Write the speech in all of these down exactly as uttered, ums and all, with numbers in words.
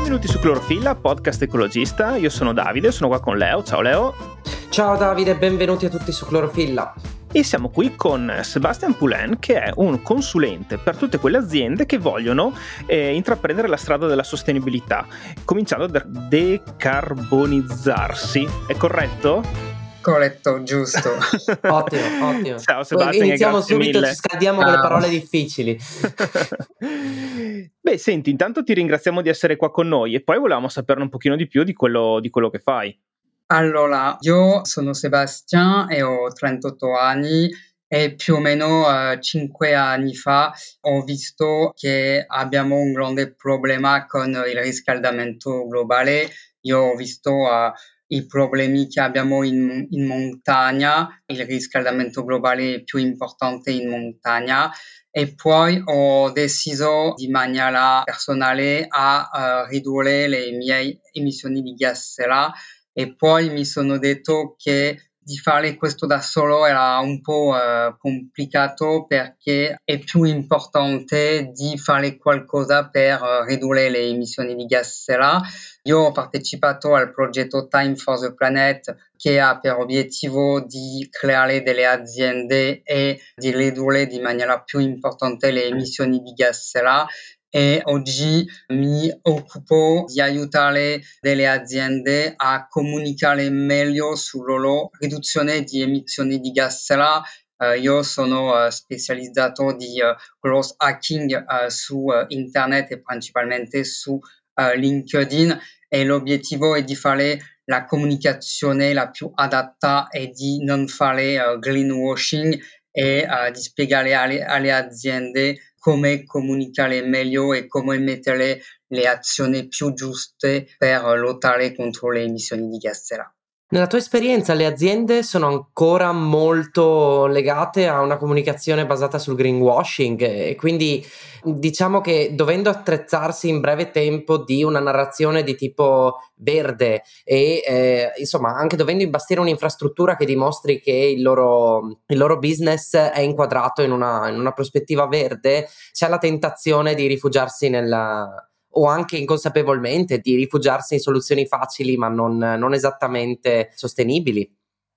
Benvenuti su Clorofilla, podcast ecologista. Io sono Davide, sono qua con Leo. Ciao Leo. Ciao Davide, benvenuti a tutti su Clorofilla. E siamo qui con Sebastian Poulain, che è un consulente per tutte quelle aziende che vogliono eh, intraprendere la strada della sostenibilità, cominciando da decarbonizzarsi. È corretto? Corretto, giusto. Ottimo, ottimo. Ciao Sebastian, iniziamo subito, mille. Ci scaldiamo con le parole difficili. Beh, senti, intanto ti ringraziamo di essere qua con noi e poi volevamo saperne un pochino di più di quello, di quello che fai. Allora, io sono Sebastian e ho trentotto anni e più o meno uh, cinque anni fa ho visto che abbiamo un grande problema con il riscaldamento globale. Io ho visto uh, i problemi che abbiamo in, in montagna, il riscaldamento globale è più importante in montagna e poi ho deciso di maniera personale a uh, ridurre le mie emissioni di gas serra e poi mi sono detto che di fare questo da solo era un po' uh, complicato perché è più importante di fare qualcosa per uh, ridurre le emissioni di gas serra. Io ho partecipato al progetto Time for the Planet che ha per obiettivo di creare delle aziende e di ridurre di maniera più importante le emissioni di gas serra. E oggi mi occupo di aiutare delle aziende a comunicare meglio sulla loro riduzione di emissioni di gas serra. Uh, io sono uh, specializzato di uh, growth hacking uh, su uh, internet e principalmente su uh, LinkedIn e l'obiettivo è di fare la comunicazione la più adatta e di non fare uh, greenwashing e uh, di spiegare alle, alle aziende come comunicare meglio e come mettere le azioni più giuste per lottare contro le emissioni di gas serra. Nella tua esperienza le aziende sono ancora molto legate a una comunicazione basata sul greenwashing e quindi diciamo che dovendo attrezzarsi in breve tempo di una narrazione di tipo verde e eh, insomma anche dovendo imbastire un'infrastruttura che dimostri che il loro, il loro business è inquadrato in una, in una prospettiva verde, c'è la tentazione di rifugiarsi nella... o anche inconsapevolmente di rifugiarsi in soluzioni facili ma non, non esattamente sostenibili.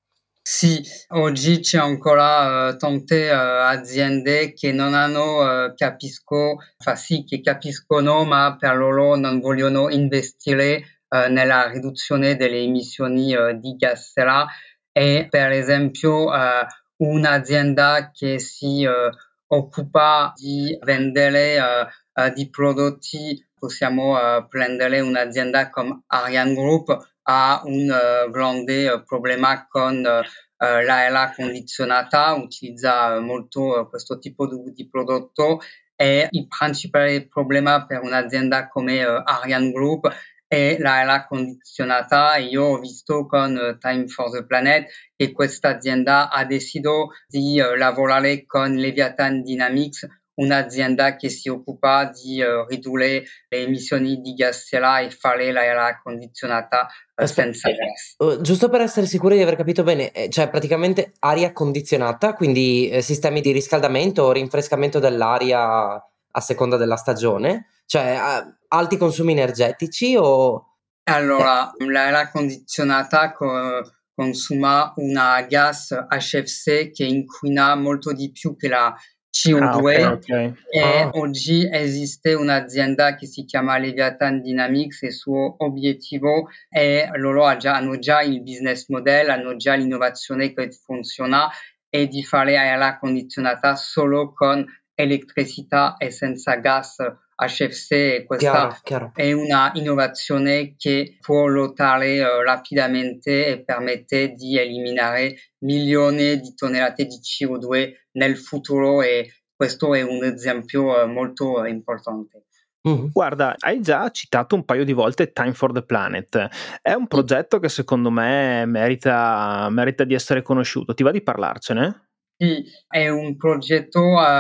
Sì, oggi c'è ancora uh, tante uh, aziende che non hanno, uh, capisco, fa sì che capiscono, ma per loro non vogliono investire uh, nella riduzione delle emissioni uh, di gas serra e per esempio uh, un'azienda che si uh, occupa di vendere uh, uh, di prodotti, possiamo uh, prendere un'azienda come Ariane Group, ha un uh, grande uh, problema con uh, Uh, l'aria condizionata, utilizza molto uh, questo tipo di, di prodotto e il principale problema per un'azienda come uh, Ariane Group è l'aria condizionata. Io ho visto con uh, Time for the Planet che questa azienda ha deciso di uh, lavorare con Leviathan Dynamics, un'azienda che si occupa di uh, ridurre le emissioni di gas serra e fare l'aria condizionata uh, senza gas. Uh, giusto per essere sicuri di aver capito bene, eh, cioè praticamente aria condizionata, quindi eh, sistemi di riscaldamento o rinfrescamento dell'aria a seconda della stagione, cioè uh, alti consumi energetici o... Allora, eh. l'aria condizionata co- consuma una gas H F C che inquina molto di più che la C O due. Ah, okay, okay. E Ah. oggi esiste un'azienda che si chiama Leviathan Dynamics e il suo obiettivo è, loro ha già, hanno già il business model, hanno già l'innovazione che funziona, è di fare aria condizionata solo con elettricità e senza gas H F C e questa Chiaro, chiaro. è una innovazione che può lottare uh, rapidamente e permette di eliminare milioni di tonnellate di C O due nel futuro e questo è un esempio uh, molto uh, importante. Mm-hmm. Guarda, hai già citato un paio di volte Time for the Planet. È un progetto che secondo me merita, merita di essere conosciuto. Ti va di parlarcene? Sì, è un progetto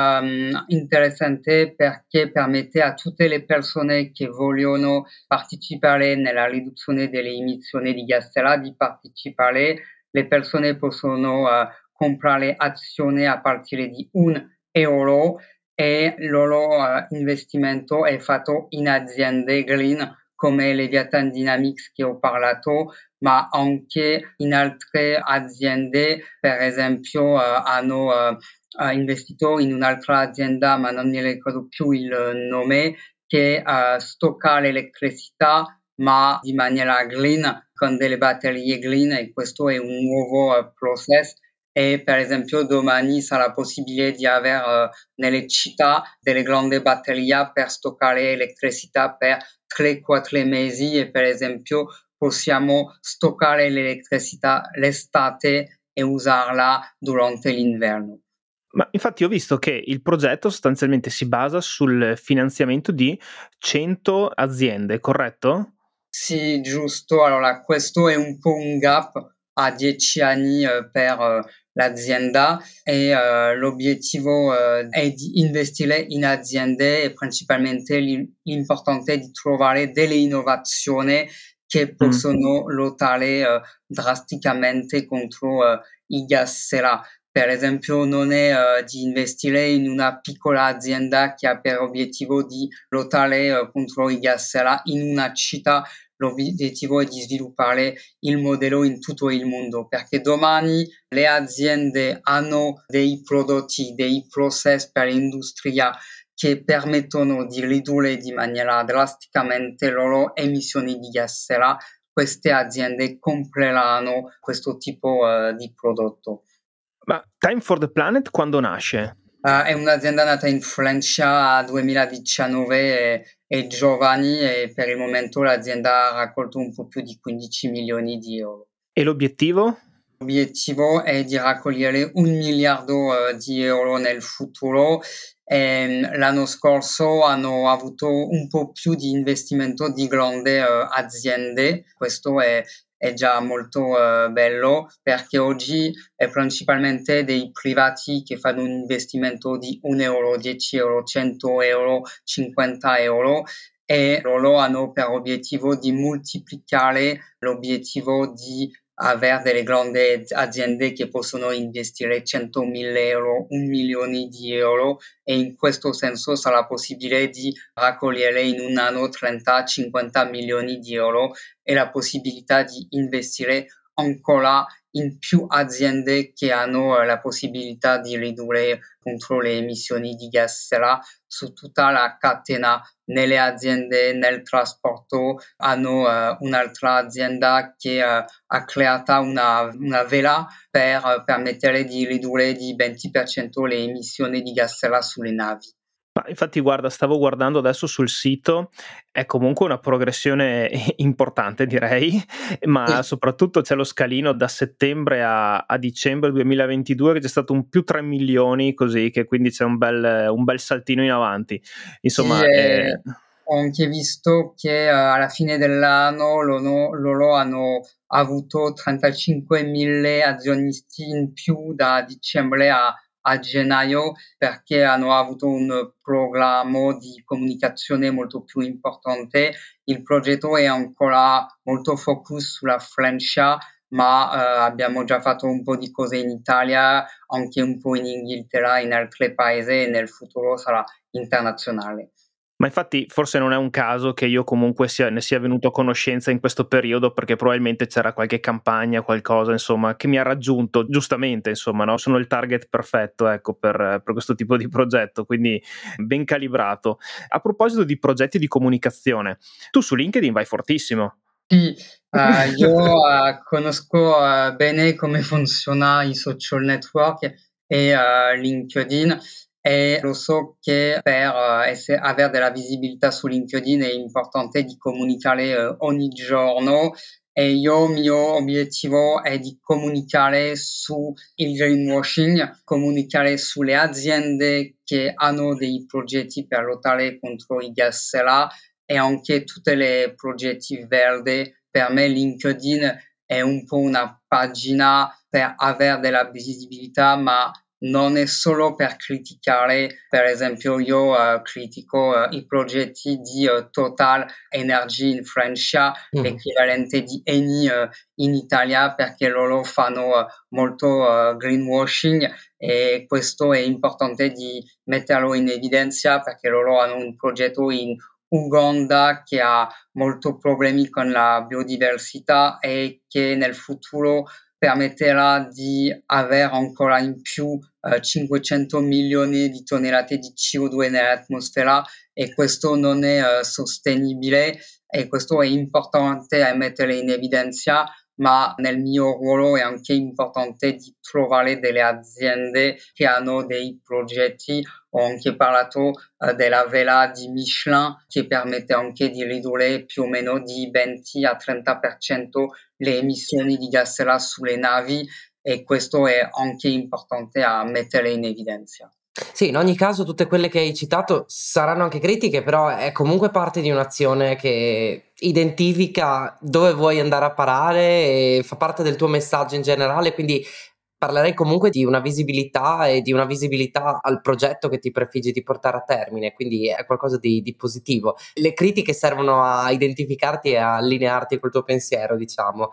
um, interessante perché permette a tutte le persone che vogliono partecipare nella riduzione delle emissioni di gas serra di partecipare. Le persone possono uh, comprare azioni a partire di un euro e il loro uh, investimento è fatto in aziende green come Leviathan Dynamics che ho parlato, ma anche in altre aziende. Per esempio uh, hanno uh, investito in un'altra azienda, ma non mi ricordo più il nome, che uh, stocca l'elettricità ma di maniera green, con delle batterie green, e questo è un nuovo uh, process. E per esempio domani sarà possibile di avere uh, nelle città delle grandi batterie per stoccare elettricità per tre quattro mesi, e per esempio possiamo stoccare l'elettricità l'estate e usarla durante l'inverno. Ma infatti ho visto che il progetto sostanzialmente si basa sul finanziamento di cento aziende, corretto? Sì, giusto. Allora, questo è un po' un gap a dieci anni eh, per eh, l'azienda, e eh, l'obiettivo eh, è di investire in aziende, e principalmente l'im- l'importante è di trovare delle innovazioni che Mh. possono lottare eh, drasticamente contro eh, i gas serra. Per esempio, non è eh, di investire in una piccola azienda che ha per obiettivo di lottare eh, contro i gas serra in una città. L'obiettivo è di sviluppare il modello in tutto il mondo, perché domani le aziende hanno dei prodotti, dei process per l'industria che permettono di ridurre di maniera drasticamente le loro emissioni di gas serra. Queste aziende compreranno questo tipo uh, di prodotto. Ma Time for the Planet quando nasce? Uh, è un'azienda nata in Francia a duemiladiciannove, e, e giovani, e per il momento l'azienda ha raccolto un po' più di quindici milioni di euro. E l'obiettivo? L'obiettivo è di raccogliere un miliardo eh, di euro nel futuro. E l'anno scorso hanno avuto un po' più di investimento di grandi eh, aziende. Questo è, è già molto eh, bello, perché oggi è principalmente dei privati che fanno un investimento di un euro, dieci euro, cento euro, cinquanta euro, e loro hanno per obiettivo di moltiplicare l'obiettivo di avere delle grandi aziende che possono investire centomila euro, un milione di euro, e in questo senso sarà possibile di raccogliere in un anno trenta cinquanta milioni di euro, e la possibilità di investire ancora in più aziende che hanno la possibilità di ridurre contro le emissioni di gas serra su tutta la catena. Nelle aziende, nel trasporto, hanno uh, un'altra azienda che uh, ha creato una, una vela per uh, permettere di ridurre di venti per cento le emissioni di gas serra sulle navi. Ma infatti guarda, stavo guardando adesso sul sito, è comunque una progressione importante direi, ma soprattutto c'è lo scalino da settembre a a dicembre duemilaventidue che c'è stato un più tre milioni così, che quindi c'è un bel un bel saltino in avanti. Sì, Insomma, ehm e ho anche visto che uh, alla fine dell'anno loro, loro hanno avuto trentacinquemila azionisti in più da dicembre a, a gennaio, perché hanno avuto un programma di comunicazione molto più importante. Il progetto è ancora molto focus sulla Francia, ma uh, abbiamo già fatto un po' di cose in Italia, anche un po' in Inghilterra, in altri paesi, e nel futuro sarà internazionale. Ma infatti forse non è un caso che io comunque sia ne sia venuto a conoscenza in questo periodo, perché probabilmente c'era qualche campagna, qualcosa insomma, che mi ha raggiunto giustamente insomma, no, sono il target perfetto ecco per per questo tipo di progetto, quindi ben calibrato. A proposito di progetti di comunicazione, tu su LinkedIn vai fortissimo. Sì, uh, io uh, conosco uh, bene come funziona i social network e uh, LinkedIn, e lo so che per uh, esse- avere della visibilità su LinkedIn è importante di comunicare uh, ogni giorno, e io, il mio obiettivo è di comunicare su il greenwashing, comunicare sulle aziende che hanno dei progetti per lottare contro i gas serra, e anche tutti i progetti verdi. Per me LinkedIn è un po' una pagina per avere della visibilità, ma non è solo per criticare. Per esempio io uh, critico uh, i progetti di uh, Total Energy in Francia, Mm. l'equivalente di Eni uh, in Italia, perché loro fanno uh, molto uh, greenwashing, e questo è importante di metterlo in evidenza, perché loro hanno un progetto in Uganda che ha molto problemi con la biodiversità e che nel futuro permetterà di avere ancora in più eh, cinquecento milioni di tonnellate di C O due nell'atmosfera e questo non è eh, sostenibile e questo è importante a mettere in evidenza, ma nel mio ruolo è anche importante di trovare delle aziende che hanno dei progetti. Ho anche parlato eh, della vela di Michelin che permette anche di ridurre più o meno di venti a trenta per cento le emissioni di gas serra sulle navi e questo è anche importante a mettere in evidenza. Sì, in ogni caso tutte quelle che hai citato saranno anche critiche, però è comunque parte di un'azione che identifica dove vuoi andare a parare e fa parte del tuo messaggio in generale, quindi parlerei comunque di una visibilità e di una visibilità al progetto che ti prefiggi di portare a termine, quindi è qualcosa di, di positivo. Le critiche servono a identificarti e a allinearti col tuo pensiero, diciamo.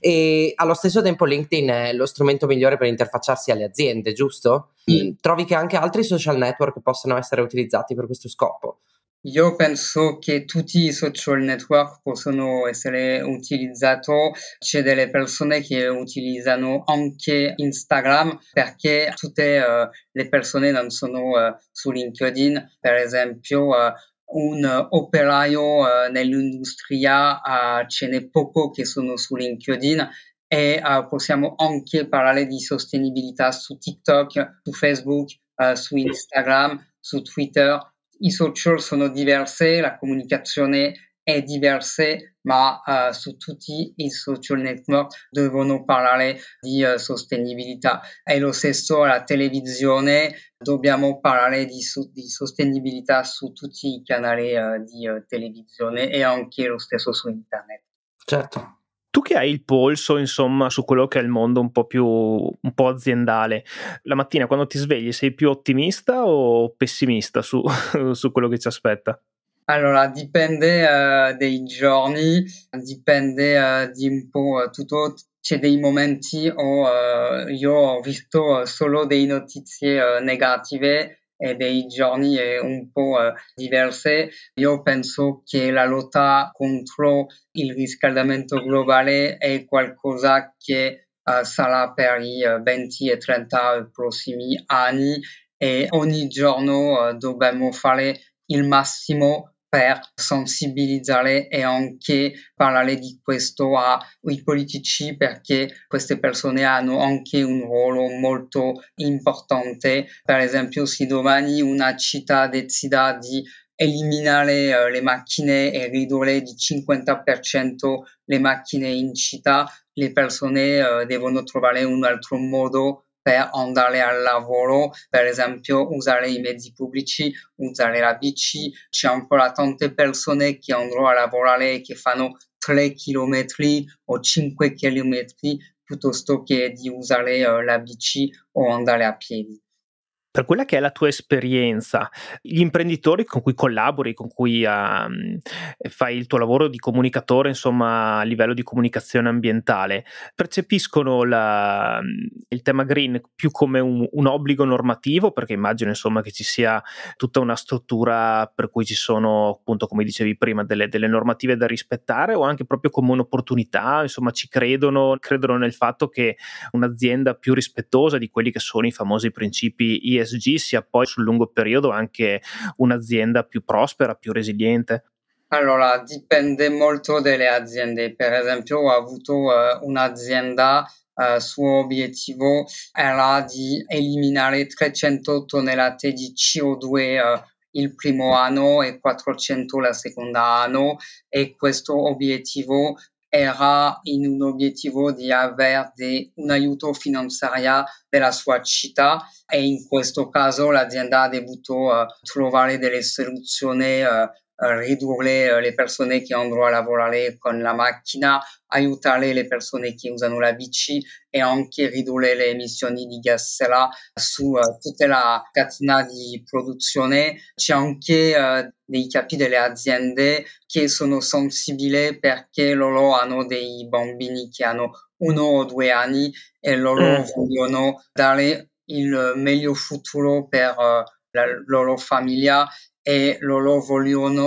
E allo stesso tempo LinkedIn è lo strumento migliore per interfacciarsi alle aziende, giusto? Sì. Trovi che anche altri social network possano essere utilizzati per questo scopo? Io penso che tutti i social network possono essere utilizzati. C'è delle persone che utilizzano anche Instagram perché tutte uh, le persone non sono uh, su LinkedIn. Per esempio, uh, un operaio uh, nell'industria uh, ce n'è poco che sono su LinkedIn e uh, possiamo anche parlare di sostenibilità su TikTok, su Facebook, uh, su Instagram, su Twitter. I social sono diverse, la comunicazione è diversa, ma uh, su tutti i social network devono parlare di uh, sostenibilità. È lo stesso alla televisione, dobbiamo parlare di, su- di sostenibilità su tutti i canali uh, di uh, televisione e anche lo stesso su internet. Certo. Tu che hai il polso, insomma, su quello che è il mondo un po' più un po' aziendale, la mattina quando ti svegli sei più ottimista o pessimista su su quello che ci aspetta? Allora, dipende uh, dei giorni, dipende uh, di un po' tutto. C'è dei momenti o uh, io ho visto solo dei notizie uh, negative e dei giorni eh, un po' uh, diverse. Io penso che la lotta contro il riscaldamento globale è qualcosa che uh, sarà per i uh, venti e trenta prossimi anni e ogni giorno uh, dobbiamo fare il massimo per sensibilizzare e anche parlare di questo ai politici perché queste persone hanno anche un ruolo molto importante. Per esempio, se domani una città decida di eliminare uh, le macchine e ridurre di cinquanta per cento le macchine in città, le persone uh, devono trovare un altro modo per andare al lavoro, per esempio usare i mezzi pubblici, usare la bici. C'è ancora tante persone che andranno a lavorare e che fanno tre chilometri o cinque chilometri piuttosto che di usare uh, la bici o andare a piedi. Per quella che è la tua esperienza, gli imprenditori con cui collabori, con cui, uhm, fai il tuo lavoro di comunicatore, insomma, a livello di comunicazione ambientale, percepiscono la mhmm, il tema green più come un un obbligo normativo? Perché immagino, insomma, che ci sia tutta una struttura per cui ci sono, appunto, come dicevi prima, delle delle normative da rispettare o anche proprio come un'opportunità, insomma, ci credono credono nel fatto che un'azienda più rispettosa di quelli che sono i famosi principi E S G sia poi sul lungo periodo anche un'azienda più prospera, più resiliente? Allora, dipende molto dalle aziende. Per esempio, ho avuto uh, un'azienda, uh, suo obiettivo era di eliminare trecento tonnellate di C O due uh, il primo anno e quattrocento la seconda anno e questo obiettivo era in un obiettivo di avere un aiuto finanziario della sua città e in questo caso l'azienda ha dovuto uh, trovare delle soluzioni uh, ridurre le persone che andranno a lavorare con la macchina, aiutare le persone che usano la bici e anche ridurre le emissioni di gas serra su uh, tutta la catena di produzione. C'è anche uh, dei capi delle aziende che sono sensibili perché loro hanno dei bambini che hanno uno o due anni e loro Mh. vogliono dare il meglio futuro per uh, la loro famiglia e loro vogliono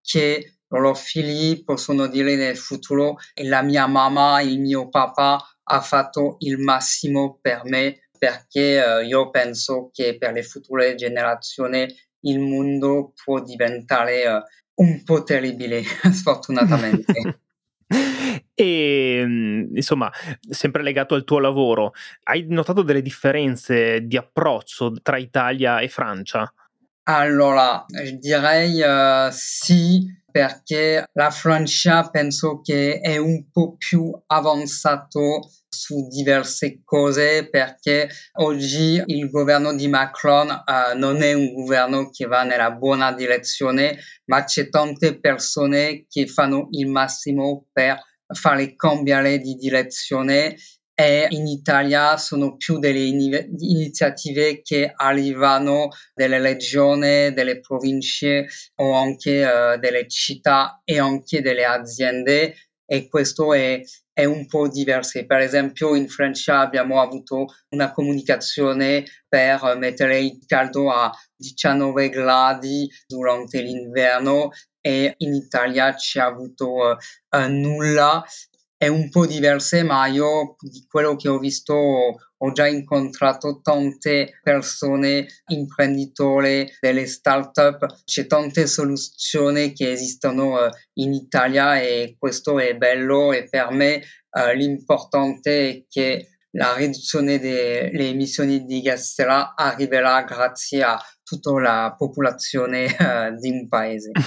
E insomma, sempre legato al tuo lavoro, hai notato delle differenze di approccio tra Italia e Francia? Allora, direi uh, sì, perché la Francia penso che è un po' più avanzato su diverse cose, perché oggi il governo di Macron uh, non è un governo che va nella buona direzione, ma c'è tante persone che fanno il massimo per farle cambiare di direzione. E in Italia sono più delle in- iniziative che arrivano delle regioni, delle province o anche uh, delle città e anche delle aziende, e questo è, è un po' diverso. Per esempio in Francia abbiamo avuto una comunicazione per mettere il caldo a diciannove gradi durante l'inverno, e in Italia c'è avuto uh, uh, nulla. È un po' diverse, ma io di quello che ho visto ho già incontrato tante persone, imprenditori delle start-up, c'è tante soluzioni che esistono uh, in Italia, e questo è bello, e per me uh, l'importante è che la riduzione delle emissioni di gas serra arriverà grazie a tutta la popolazione uh, di un paese.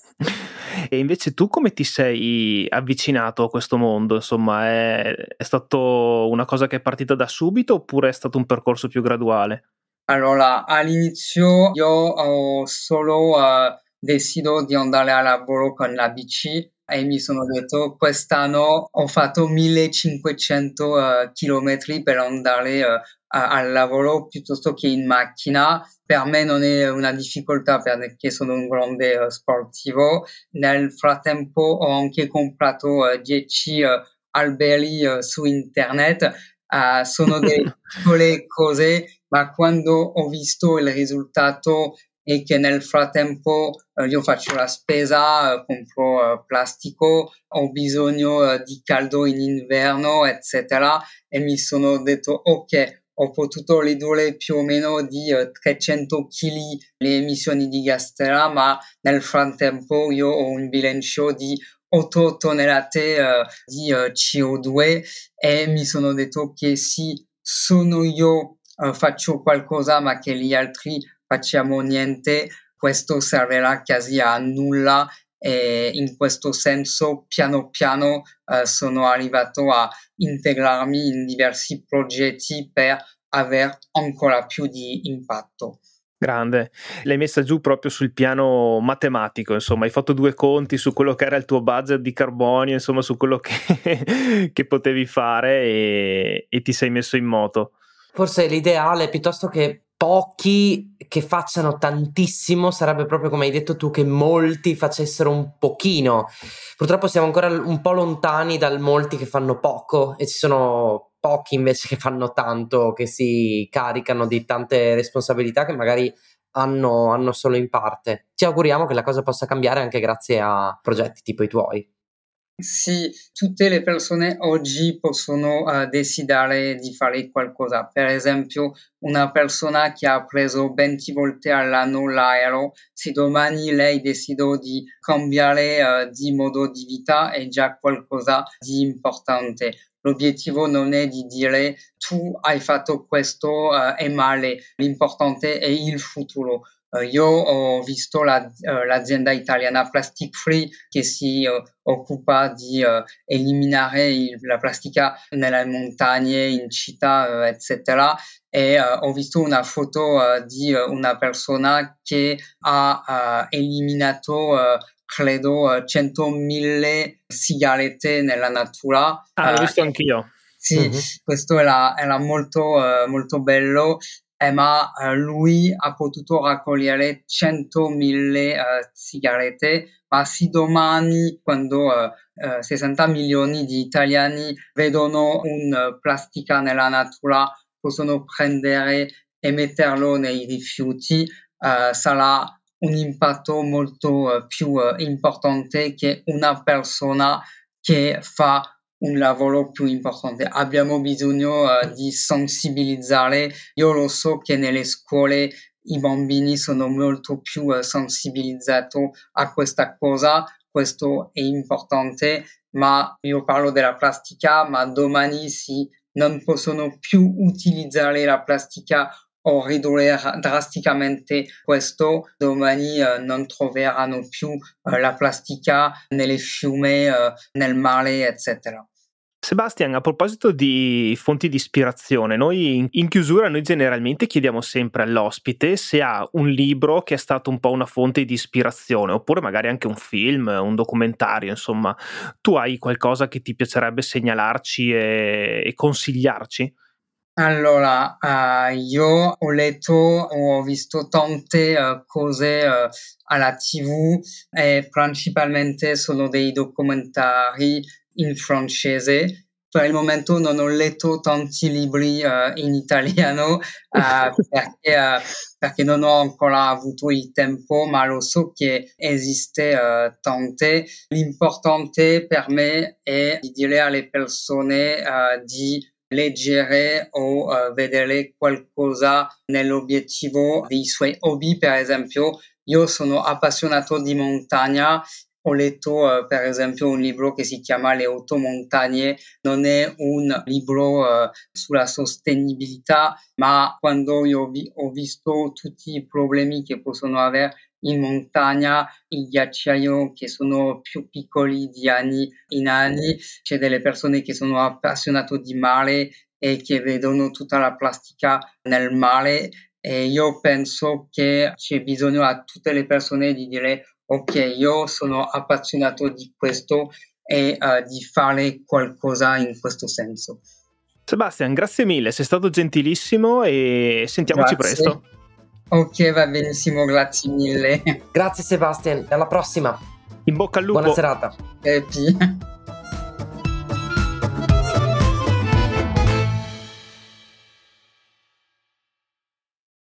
E invece tu come ti sei avvicinato a questo mondo? Insomma, è, è stato una cosa che è partita da subito oppure è stato un percorso più graduale? Allora, all'inizio io ho solo uh, deciso di andare a lavoro con la bici, e mi sono detto quest'anno ho fatto millecinquecento uh, chilometri per andare uh, a- al lavoro piuttosto che in macchina. Per me non è una difficoltà perché sono un grande uh, sportivo. Nel frattempo ho anche comprato uh, dieci uh, alberi uh, su internet. Uh, sono delle piccole cose, ma quando ho visto il risultato e che nel frattempo eh, io faccio la spesa, eh, compro eh, plastico, ho bisogno eh, di caldo in inverno, eccetera, e mi sono detto ok, ho potuto ridurre più o meno di eh, trecento chili le emissioni di gas serra, ma nel frattempo io ho un bilancio di otto tonnellate eh, di eh, C O due, e mi sono detto che sì, sono io uh, faccio qualcosa ma che gli altri facciamo niente, questo servirà quasi a nulla, e in questo senso piano piano uh, sono arrivato a integrarmi in diversi progetti per avere ancora più di impatto. Grande, l'hai messa giù proprio sul piano matematico, insomma, hai fatto due conti su quello che era il tuo budget di carbonio, insomma, su quello che, che potevi fare e, e ti sei messo in moto. Forse l'ideale, piuttosto che pochi che facciano tantissimo, sarebbe proprio come hai detto tu, che molti facessero un pochino. Purtroppo siamo ancora un po' lontani dal molti che fanno poco, e ci sono pochi invece che fanno tanto, che si caricano di tante responsabilità che magari hanno, hanno solo in parte. Ci auguriamo che la cosa possa cambiare anche grazie a progetti tipo i tuoi. Sì, tutte le persone oggi possono uh, decidere di fare qualcosa. Per esempio, una persona che ha preso venti volte all'anno l'aereo, se domani lei decide di cambiare uh, di modo di vita, è già qualcosa di importante. L'obiettivo non è di dire tu hai fatto questo, uh, è male, l'importante è il futuro. Uh, io ho visto la, uh, l'azienda italiana Plastic Free che si uh, occupa di uh, eliminare il, la plastica nelle montagne, in città, uh, eccetera. E uh, ho visto una foto uh, di uh, una persona che ha uh, eliminato, uh, credo, uh, centomila sigarette nella natura. Ah, l'ho Uh, visto anch'io. sì, Mhm. questo era, era molto, uh, molto bello. Eh, ma uh, lui ha potuto raccogliere centomila uh, sigarette, ma se domani, quando uh, uh, sessanta milioni di italiani vedono un uh, plastica nella natura, possono prendere e metterlo nei rifiuti, uh, sarà un impatto molto uh, più uh, importante che una persona che fa un lavoro più importante. Abbiamo bisogno uh, di sensibilizzare. Io lo so che nelle scuole i bambini sono molto più uh, sensibilizzati a questa cosa, questo è importante, ma io parlo della plastica, ma domani si non possono più utilizzare la plastica o ridurre drasticamente questo, domani eh, non troveranno più eh, la plastica nelle fiume, eh, nel mare, eccetera. Sebastian, a proposito di fonti di ispirazione, noi in, in chiusura noi generalmente chiediamo sempre all'ospite se ha un libro che è stato un po' una fonte di ispirazione, oppure magari anche un film, un documentario, insomma. Tu hai qualcosa che ti piacerebbe segnalarci e, e consigliarci? Allora, uh, io ho letto, ho visto tante uh, cose uh, alla tivù e principalmente sono dei documentari in francese. Per il momento non ho letto tanti libri uh, in italiano uh, perché, uh, perché non ho ancora avuto il tempo, ma lo so che esiste uh, tante. L'importante per me è di dire alle persone uh, di leggere o uh, vedere qualcosa nell'obiettivo dei suoi hobby. Per esempio, io sono appassionato di montagna, ho letto uh, per esempio un libro che si chiama Le otto montagne. Non è un libro uh, sulla sostenibilità, ma quando io vi- ho visto tutti i problemi che possono avere in montagna, i ghiacciai che sono più piccoli di anni in anni, c'è delle persone che sono appassionate di mare e che vedono tutta la plastica nel mare, e io penso che c'è bisogno a tutte le persone di dire ok, io sono appassionato di questo e uh, di fare qualcosa in questo senso. Sebastian, grazie mille, sei stato gentilissimo e sentiamoci Grazie. presto. Ok, va benissimo, grazie mille. Grazie Sebastian, alla prossima. In bocca al lupo. Buona serata. Happy.